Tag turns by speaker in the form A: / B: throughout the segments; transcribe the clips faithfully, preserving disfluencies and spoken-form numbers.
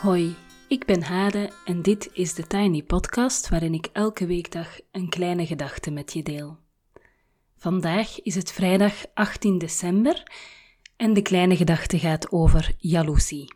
A: Hoi, ik ben Hade en dit is de Tiny Podcast waarin ik elke weekdag een kleine gedachte met je deel. Vandaag is het vrijdag achttien december en de kleine gedachte gaat over jaloezie.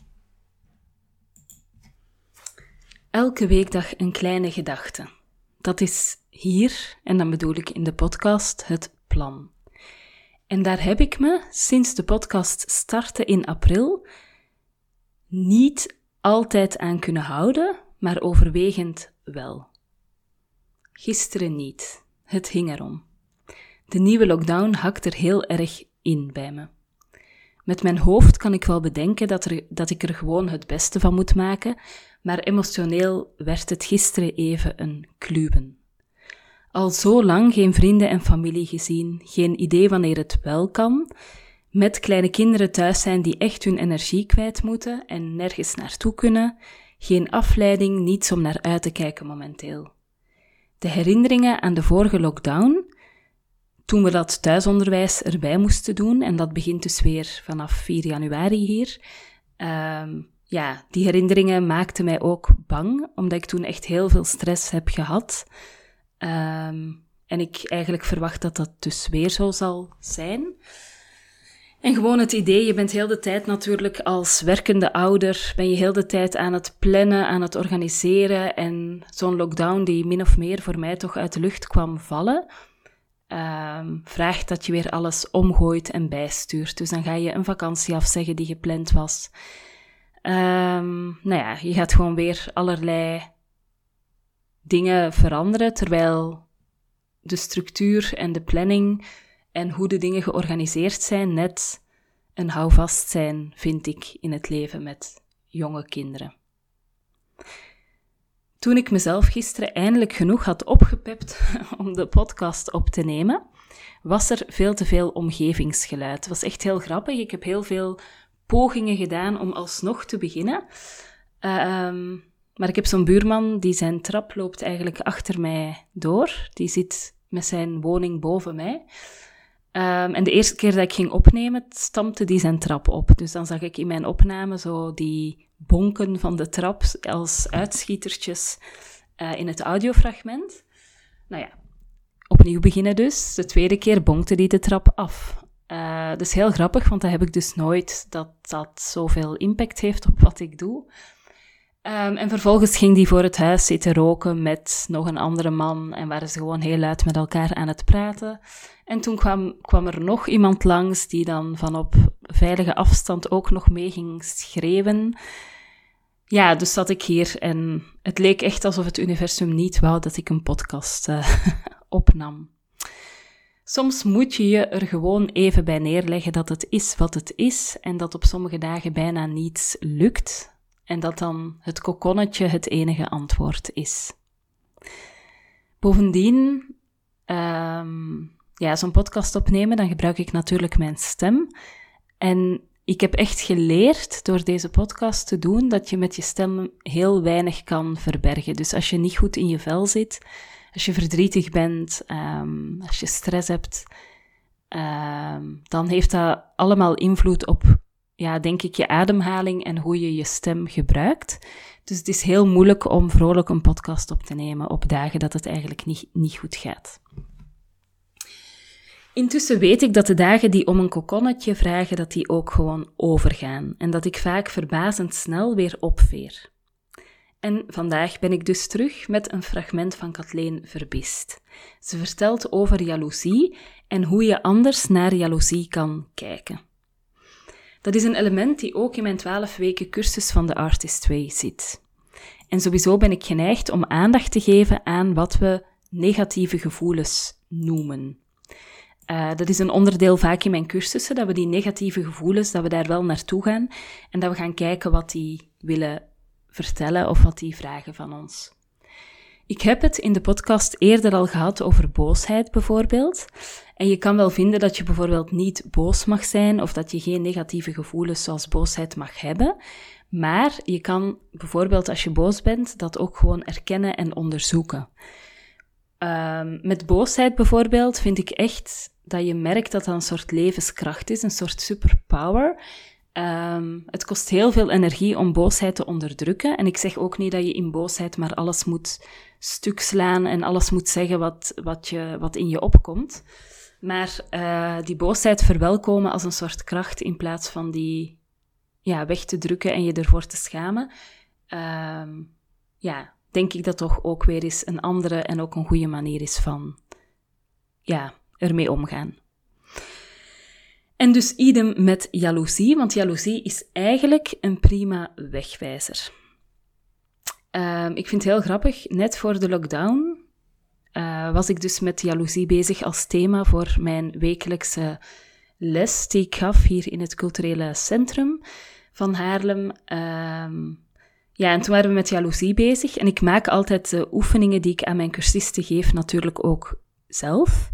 A: Elke weekdag een kleine gedachte. Dat is hier, en dan bedoel ik in de podcast, het plan. En daar heb ik me, sinds de podcast startte in april, niet altijd aan kunnen houden, maar overwegend wel. Gisteren niet. Het hing erom. De nieuwe lockdown hakt er heel erg in bij me. Met mijn hoofd kan ik wel bedenken dat, er, dat ik er gewoon het beste van moet maken, maar emotioneel werd het gisteren even een kluwen. Al zo lang geen vrienden en familie gezien, geen idee wanneer het wel kan, met kleine kinderen thuis zijn die echt hun energie kwijt moeten en nergens naartoe kunnen, geen afleiding, niets om naar uit te kijken momenteel. De herinneringen aan de vorige lockdown, toen we dat thuisonderwijs erbij moesten doen, en dat begint dus weer vanaf vier januari hier, um, ja, die herinneringen maakten mij ook bang, omdat ik toen echt heel veel stress heb gehad. Um, en ik eigenlijk verwacht dat dat dus weer zo zal zijn. En gewoon het idee, je bent heel de tijd natuurlijk als werkende ouder, ben je heel de tijd aan het plannen, aan het organiseren. En zo'n lockdown die min of meer voor mij toch uit de lucht kwam vallen, um, vraagt dat je weer alles omgooit en bijstuurt. Dus dan ga je een vakantie afzeggen die gepland was. Um, nou ja, je gaat gewoon weer allerlei dingen veranderen, terwijl de structuur en de planning en hoe de dingen georganiseerd zijn net een houvast zijn, vind ik, in het leven met jonge kinderen. Toen ik mezelf gisteren eindelijk genoeg had opgepept om de podcast op te nemen, was er veel te veel omgevingsgeluid. Het was echt heel grappig. Ik heb heel veel pogingen gedaan om alsnog te beginnen. Uh, um, maar ik heb zo'n buurman die zijn trap loopt eigenlijk achter mij door. Die zit met zijn woning boven mij. Um, en de eerste keer dat ik ging opnemen, stampte die zijn trap op. Dus dan zag ik in mijn opname zo die bonken van de trap als uitschietertjes uh, in het audiofragment. Nou ja, opnieuw beginnen dus. De tweede keer bonkte die de trap af. Uh, dat is heel grappig, want dat heb ik dus nooit dat dat zoveel impact heeft op wat ik doe. Um, en vervolgens ging die voor het huis zitten roken met nog een andere man en waren ze gewoon heel luid met elkaar aan het praten. En toen kwam, kwam er nog iemand langs die dan van op veilige afstand ook nog mee ging schreeuwen. Ja, dus zat ik hier en het leek echt alsof het universum niet wou dat ik een podcast uh, opnam. Soms moet je je er gewoon even bij neerleggen dat het is wat het is en dat op sommige dagen bijna niets lukt. En dat dan het kokonnetje het enige antwoord is. Bovendien, um, ja, zo'n podcast opnemen, dan gebruik ik natuurlijk mijn stem. En ik heb echt geleerd door deze podcast te doen dat je met je stem heel weinig kan verbergen. Dus als je niet goed in je vel zit, als je verdrietig bent, um, als je stress hebt, um, dan heeft dat allemaal invloed op, ja, denk ik, je ademhaling en hoe je je stem gebruikt. Dus het is heel moeilijk om vrolijk een podcast op te nemen op dagen dat het eigenlijk niet, niet goed gaat. Intussen weet ik dat de dagen die om een kokonnetje vragen, dat die ook gewoon overgaan. En dat ik vaak verbazend snel weer opveer. En vandaag ben ik dus terug met een fragment van Kathleen Verbist. Ze vertelt over jaloezie en hoe je anders naar jaloezie kan kijken. Dat is een element die ook in mijn twaalf weken cursus van The Artist Way zit. En sowieso ben ik geneigd om aandacht te geven aan wat we negatieve gevoelens noemen. Uh, dat is een onderdeel vaak in mijn cursussen, dat we die negatieve gevoelens, dat we daar wel naartoe gaan en dat we gaan kijken wat die willen vertellen of wat die vragen van ons. Ik heb het in de podcast eerder al gehad over boosheid bijvoorbeeld. En je kan wel vinden dat je bijvoorbeeld niet boos mag zijn of dat je geen negatieve gevoelens zoals boosheid mag hebben. Maar je kan bijvoorbeeld als je boos bent dat ook gewoon erkennen en onderzoeken. Um, met boosheid bijvoorbeeld vind ik echt dat je merkt dat dat een soort levenskracht is, een soort superpower. Um, het kost heel veel energie om boosheid te onderdrukken. En ik zeg ook niet dat je in boosheid maar alles moet stuk slaan en alles moet zeggen wat, wat, je, wat in je opkomt. Maar uh, die boosheid verwelkomen als een soort kracht in plaats van die ja, weg te drukken en je ervoor te schamen. Um, ja, denk ik dat toch ook weer eens een andere en ook een goede manier is van ja, ermee omgaan. En dus idem met jaloezie, want jaloezie is eigenlijk een prima wegwijzer. Um, ik vind het heel grappig, net voor de lockdown uh, was ik dus met jaloezie bezig als thema voor mijn wekelijkse les die ik gaf hier in het culturele centrum van Haarlem. Um, ja, en toen waren we met jaloezie bezig en ik maak altijd de oefeningen die ik aan mijn cursisten geef natuurlijk ook zelf.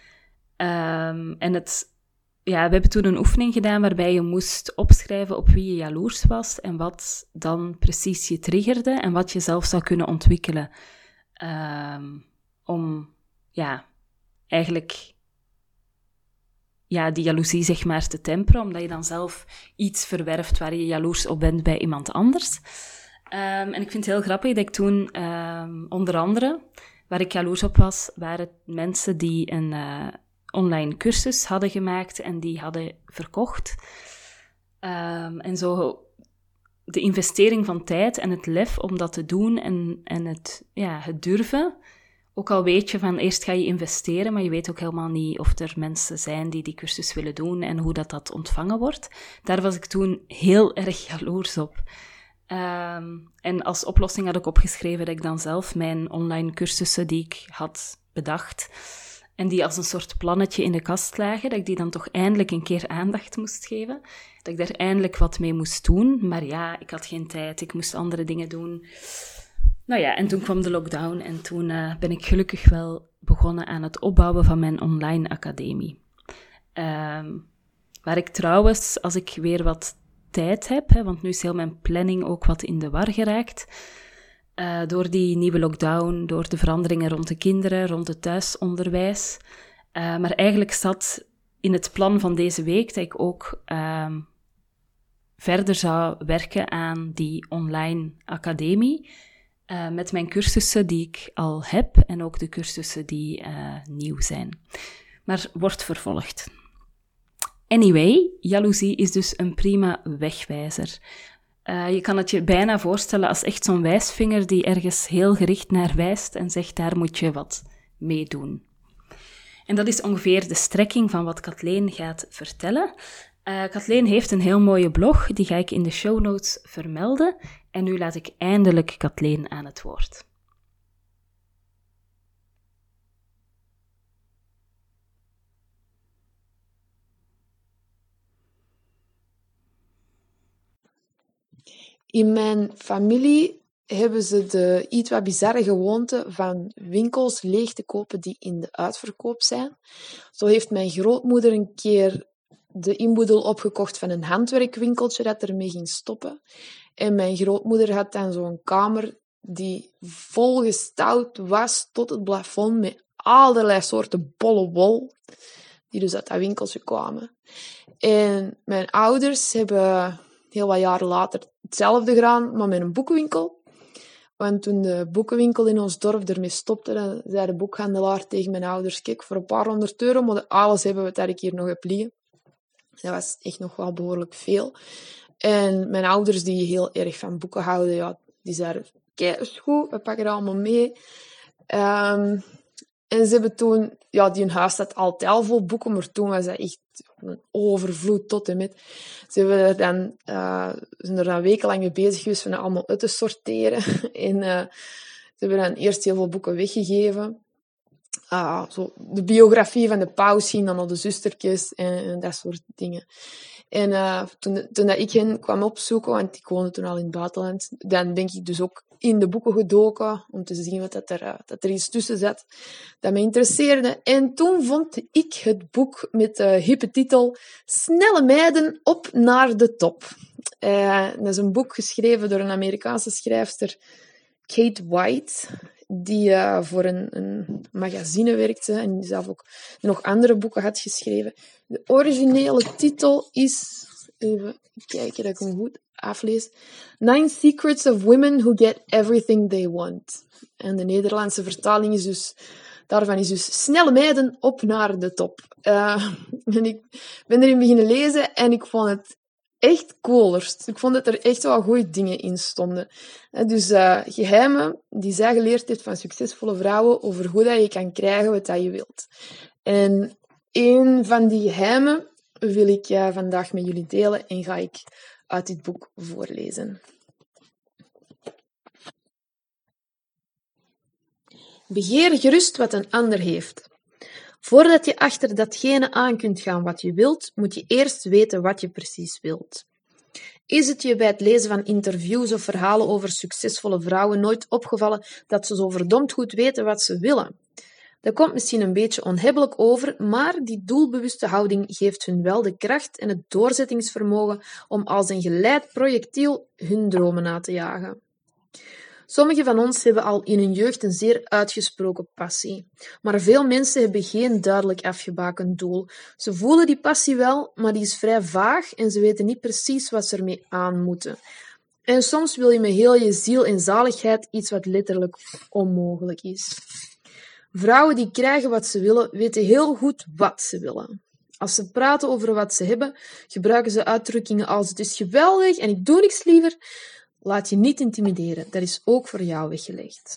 A: Um, en het... Ja, we hebben toen een oefening gedaan waarbij je moest opschrijven op wie je jaloers was en wat dan precies je triggerde en wat je zelf zou kunnen ontwikkelen um, om, ja, eigenlijk ja, die jaloezie zeg maar te temperen, omdat je dan zelf iets verwerft waar je jaloers op bent bij iemand anders. Um, en ik vind het heel grappig dat ik toen, um, onder andere, waar ik jaloers op was, waren mensen die een... Uh, online cursus hadden gemaakt en die hadden verkocht. Um, en zo de investering van tijd en het lef om dat te doen en, en het, ja, het durven. Ook al weet je van eerst ga je investeren, maar je weet ook helemaal niet of er mensen zijn die die cursus willen doen en hoe dat, dat ontvangen wordt. Daar was ik toen heel erg jaloers op. Um, en als oplossing had ik opgeschreven dat ik dan zelf mijn online cursussen die ik had bedacht en die als een soort plannetje in de kast lagen, dat ik die dan toch eindelijk een keer aandacht moest geven. Dat ik daar eindelijk wat mee moest doen. Maar ja, ik had geen tijd, ik moest andere dingen doen. Nou ja, en toen kwam de lockdown en toen uh, ben ik gelukkig wel begonnen aan het opbouwen van mijn online academie. Um, waar ik trouwens, als ik weer wat tijd heb, hè, want nu is heel mijn planning ook wat in de war geraakt, Uh, door die nieuwe lockdown, door de veranderingen rond de kinderen, rond het thuisonderwijs. Uh, maar eigenlijk zat in het plan van deze week dat ik ook uh, verder zou werken aan die online academie, uh, met mijn cursussen die ik al heb en ook de cursussen die uh, nieuw zijn. Maar wordt vervolgd. Anyway, jaloezie is dus een prima wegwijzer. Uh, je kan het je bijna voorstellen als echt zo'n wijsvinger die ergens heel gericht naar wijst en zegt, daar moet je wat mee doen. En dat is ongeveer de strekking van wat Kathleen gaat vertellen. Uh, Kathleen heeft een heel mooie blog, die ga ik in de show notes vermelden. En nu laat ik eindelijk Kathleen aan het woord.
B: In mijn familie hebben ze de iets wat bizarre gewoonte van winkels leeg te kopen die in de uitverkoop zijn. Zo heeft mijn grootmoeder een keer de inboedel opgekocht van een handwerkwinkeltje dat ermee ging stoppen. En mijn grootmoeder had dan zo'n kamer die volgestouwd was tot het plafond met allerlei soorten bolle wol die dus uit dat winkeltje kwamen. En mijn ouders hebben heel wat jaren later hetzelfde gedaan, maar met een boekenwinkel. Want toen de boekenwinkel in ons dorp ermee stopte, dan zei de boekhandelaar tegen mijn ouders, kijk, voor een paar honderd euro moet alles hebben wat ik hier nog heb liggen. Dat was echt nog wel behoorlijk veel. En mijn ouders, die heel erg van boeken houden, ja, die zeiden, kijk, is goed, we pakken het allemaal mee. Um, en ze hebben toen, ja, die hun huis staat altijd al vol boeken, maar toen was dat echt een overvloed tot en met. Ze hebben er dan, uh, zijn er dan wekenlang mee bezig geweest van dat allemaal uit te sorteren. en uh, ze hebben dan eerst heel veel boeken weggegeven. Uh, zo de biografie van de paus ging dan naar de zustertjes en, en dat soort dingen. En uh, toen, toen dat ik hen kwam opzoeken, want ik woonde toen al in het buitenland, dan ben ik dus ook in de boeken gedoken om te zien wat dat er, uh, dat er iets tussen zat dat me interesseerde. En toen vond ik het boek met de hippe titel Snelle meiden op naar de top. Uh, dat is een boek geschreven door een Amerikaanse schrijfster, Kate White, die uh, voor een, een magazine werkte en die zelf ook nog andere boeken had geschreven. De originele titel is, even kijken dat ik hem goed aflees. Nine Secrets of Women Who Get Everything They Want. En de Nederlandse vertaling is dus, daarvan is dus snelle meiden op naar de top. Uh, en ik ben erin beginnen lezen en ik vond het echt coolers. Ik vond dat er echt wel goede dingen in stonden. Dus uh, geheimen die zij geleerd heeft van succesvolle vrouwen over hoe dat je kan krijgen wat dat je wilt. En een van die geheimen wil ik uh, vandaag met jullie delen en ga ik uit dit boek voorlezen. Begeer gerust wat een ander heeft. Voordat je achter datgene aan kunt gaan wat je wilt, moet je eerst weten wat je precies wilt. Is het je bij het lezen van interviews of verhalen over succesvolle vrouwen nooit opgevallen dat ze zo verdomd goed weten wat ze willen? Dat komt misschien een beetje onhebbelijk over, maar die doelbewuste houding geeft hun wel de kracht en het doorzettingsvermogen om als een geleid projectiel hun dromen na te jagen. Sommigen van ons hebben al in hun jeugd een zeer uitgesproken passie. Maar veel mensen hebben geen duidelijk afgebakend doel. Ze voelen die passie wel, maar die is vrij vaag en ze weten niet precies wat ze ermee aan moeten. En soms wil je met heel je ziel en zaligheid iets wat letterlijk onmogelijk is. Vrouwen die krijgen wat ze willen, weten heel goed wat ze willen. Als ze praten over wat ze hebben, gebruiken ze uitdrukkingen als het is geweldig en ik doe niks liever. Laat je niet intimideren, dat is ook voor jou weggelegd.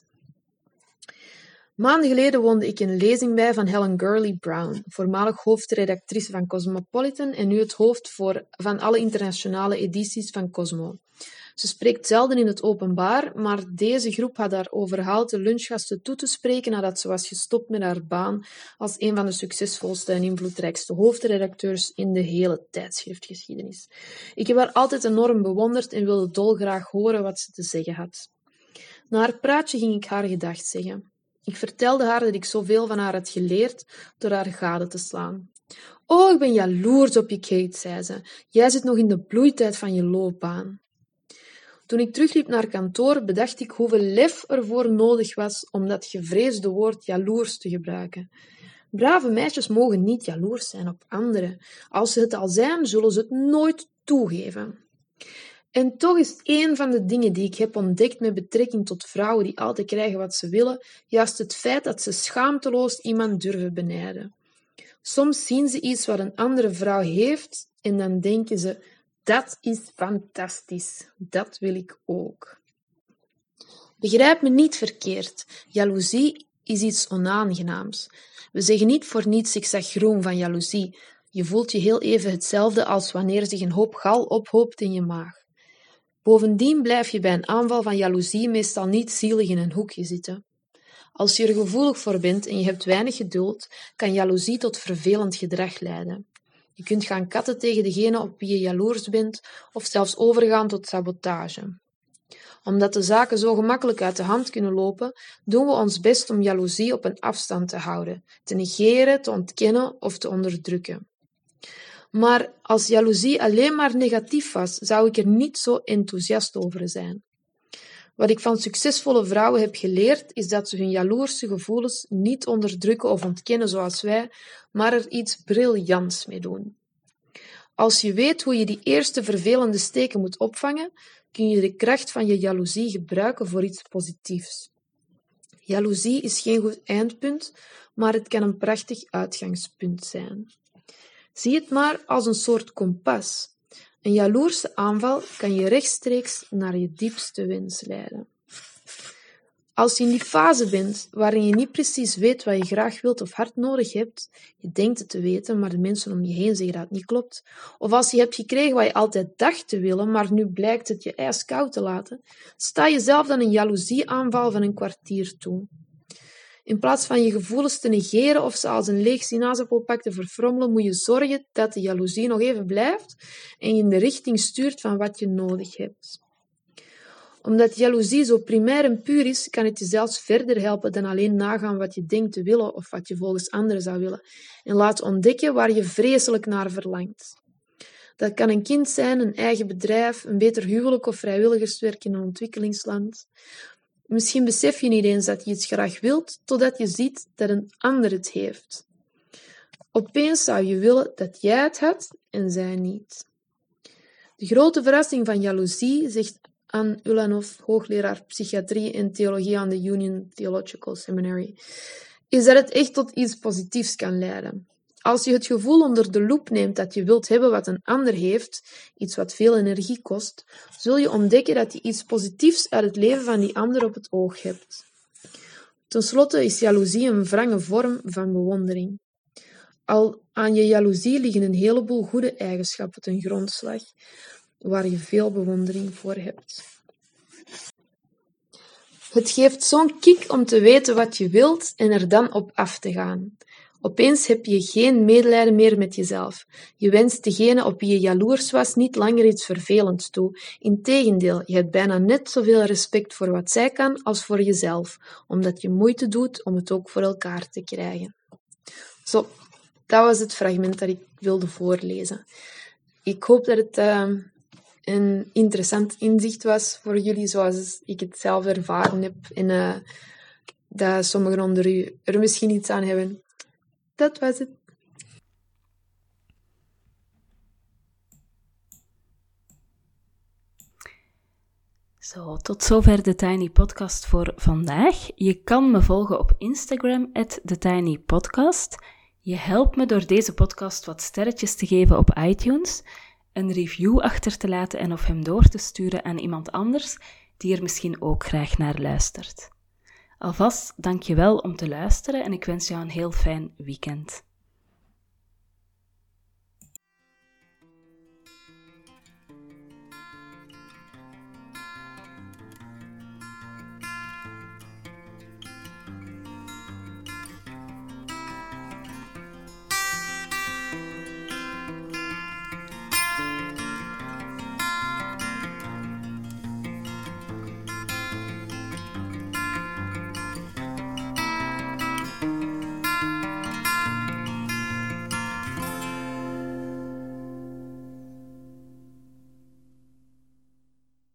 B: Maanden geleden woonde ik een lezing bij van Helen Gurley Brown, voormalig hoofdredactrice van Cosmopolitan en nu het hoofd voor, van alle internationale edities van Cosmo. Ze spreekt zelden in het openbaar, maar deze groep had haar overhaald de lunchgasten toe te spreken nadat ze was gestopt met haar baan als een van de succesvolste en invloedrijkste hoofdredacteurs in de hele tijdschriftgeschiedenis. Ik heb haar altijd enorm bewonderd en wilde dolgraag horen wat ze te zeggen had. Na haar praatje ging ik haar gedag zeggen. Ik vertelde haar dat ik zoveel van haar had geleerd door haar gade te slaan. Oh, ik ben jaloers op je, Kate, zei ze. Jij zit nog in de bloeitijd van je loopbaan. Toen ik terugliep naar kantoor, bedacht ik hoeveel lef ervoor nodig was om dat gevreesde woord jaloers te gebruiken. Brave meisjes mogen niet jaloers zijn op anderen. Als ze het al zijn, zullen ze het nooit toegeven. En toch is een van de dingen die ik heb ontdekt met betrekking tot vrouwen die altijd krijgen wat ze willen, juist het feit dat ze schaamteloos iemand durven benijden. Soms zien ze iets wat een andere vrouw heeft en dan denken ze, dat is fantastisch, dat wil ik ook. Begrijp me niet verkeerd, jaloezie is iets onaangenaams. We zeggen niet voor niets ik zag groen van jaloezie. Je voelt je heel even hetzelfde als wanneer zich een hoop gal ophoopt in je maag. Bovendien blijf je bij een aanval van jaloezie meestal niet zielig in een hoekje zitten. Als je er gevoelig voor bent en je hebt weinig geduld, kan jaloezie tot vervelend gedrag leiden. Je kunt gaan katten tegen degene op wie je jaloers bent of zelfs overgaan tot sabotage. Omdat de zaken zo gemakkelijk uit de hand kunnen lopen, doen we ons best om jaloezie op een afstand te houden, te negeren, te ontkennen of te onderdrukken. Maar als jaloezie alleen maar negatief was, zou ik er niet zo enthousiast over zijn. Wat ik van succesvolle vrouwen heb geleerd, is dat ze hun jaloerse gevoelens niet onderdrukken of ontkennen zoals wij, maar er iets briljants mee doen. Als je weet hoe je die eerste vervelende steken moet opvangen, kun je de kracht van je jaloezie gebruiken voor iets positiefs. Jaloezie is geen goed eindpunt, maar het kan een prachtig uitgangspunt zijn. Zie het maar als een soort kompas. Een jaloerse aanval kan je rechtstreeks naar je diepste wens leiden. Als je in die fase bent waarin je niet precies weet wat je graag wilt of hard nodig hebt, je denkt het te weten, maar de mensen om je heen zeggen dat het niet klopt, of als je hebt gekregen wat je altijd dacht te willen, maar nu blijkt het je ijskoud te laten, sta jezelf dan een jaloezieaanval van een kwartier toe. In plaats van je gevoelens te negeren of ze als een leeg sinaasappelpak te verfrommelen, moet je zorgen dat de jaloezie nog even blijft en je in de richting stuurt van wat je nodig hebt. Omdat jaloezie zo primair en puur is, kan het je zelfs verder helpen dan alleen nagaan wat je denkt te willen of wat je volgens anderen zou willen en laten ontdekken waar je vreselijk naar verlangt. Dat kan een kind zijn, een eigen bedrijf, een beter huwelijk of vrijwilligerswerk in een ontwikkelingsland. Misschien besef je niet eens dat je iets graag wilt, totdat je ziet dat een ander het heeft. Opeens zou je willen dat jij het had en zij niet. De grote verrassing van jaloezie, zegt Anne Ulanov, hoogleraar psychiatrie en theologie aan de Union Theological Seminary, is dat het echt tot iets positiefs kan leiden. Als je het gevoel onder de loep neemt dat je wilt hebben wat een ander heeft, iets wat veel energie kost, zul je ontdekken dat je iets positiefs uit het leven van die ander op het oog hebt. Ten slotte is jaloezie een wrange vorm van bewondering. Al aan je jaloezie liggen een heleboel goede eigenschappen ten grondslag, waar je veel bewondering voor hebt. Het geeft zo'n kick om te weten wat je wilt en er dan op af te gaan. Opeens heb je geen medelijden meer met jezelf. Je wenst degene op wie je jaloers was niet langer iets vervelends toe. Integendeel, je hebt bijna net zoveel respect voor wat zij kan als voor jezelf, omdat je moeite doet om het ook voor elkaar te krijgen. Zo, dat was het fragment dat ik wilde voorlezen. Ik hoop dat het uh, een interessant inzicht was voor jullie, zoals ik het zelf ervaren heb. En uh, dat sommigen onder u er misschien iets aan hebben. Dat was het.
A: Zo, tot zover de Tiny Podcast voor vandaag. Je kan me volgen op Instagram, at thetinypodcast. Je helpt me door deze podcast wat sterretjes te geven op iTunes, een review achter te laten en of hem door te sturen aan iemand anders die er misschien ook graag naar luistert. Alvast dank je wel om te luisteren en ik wens jou een heel fijn weekend.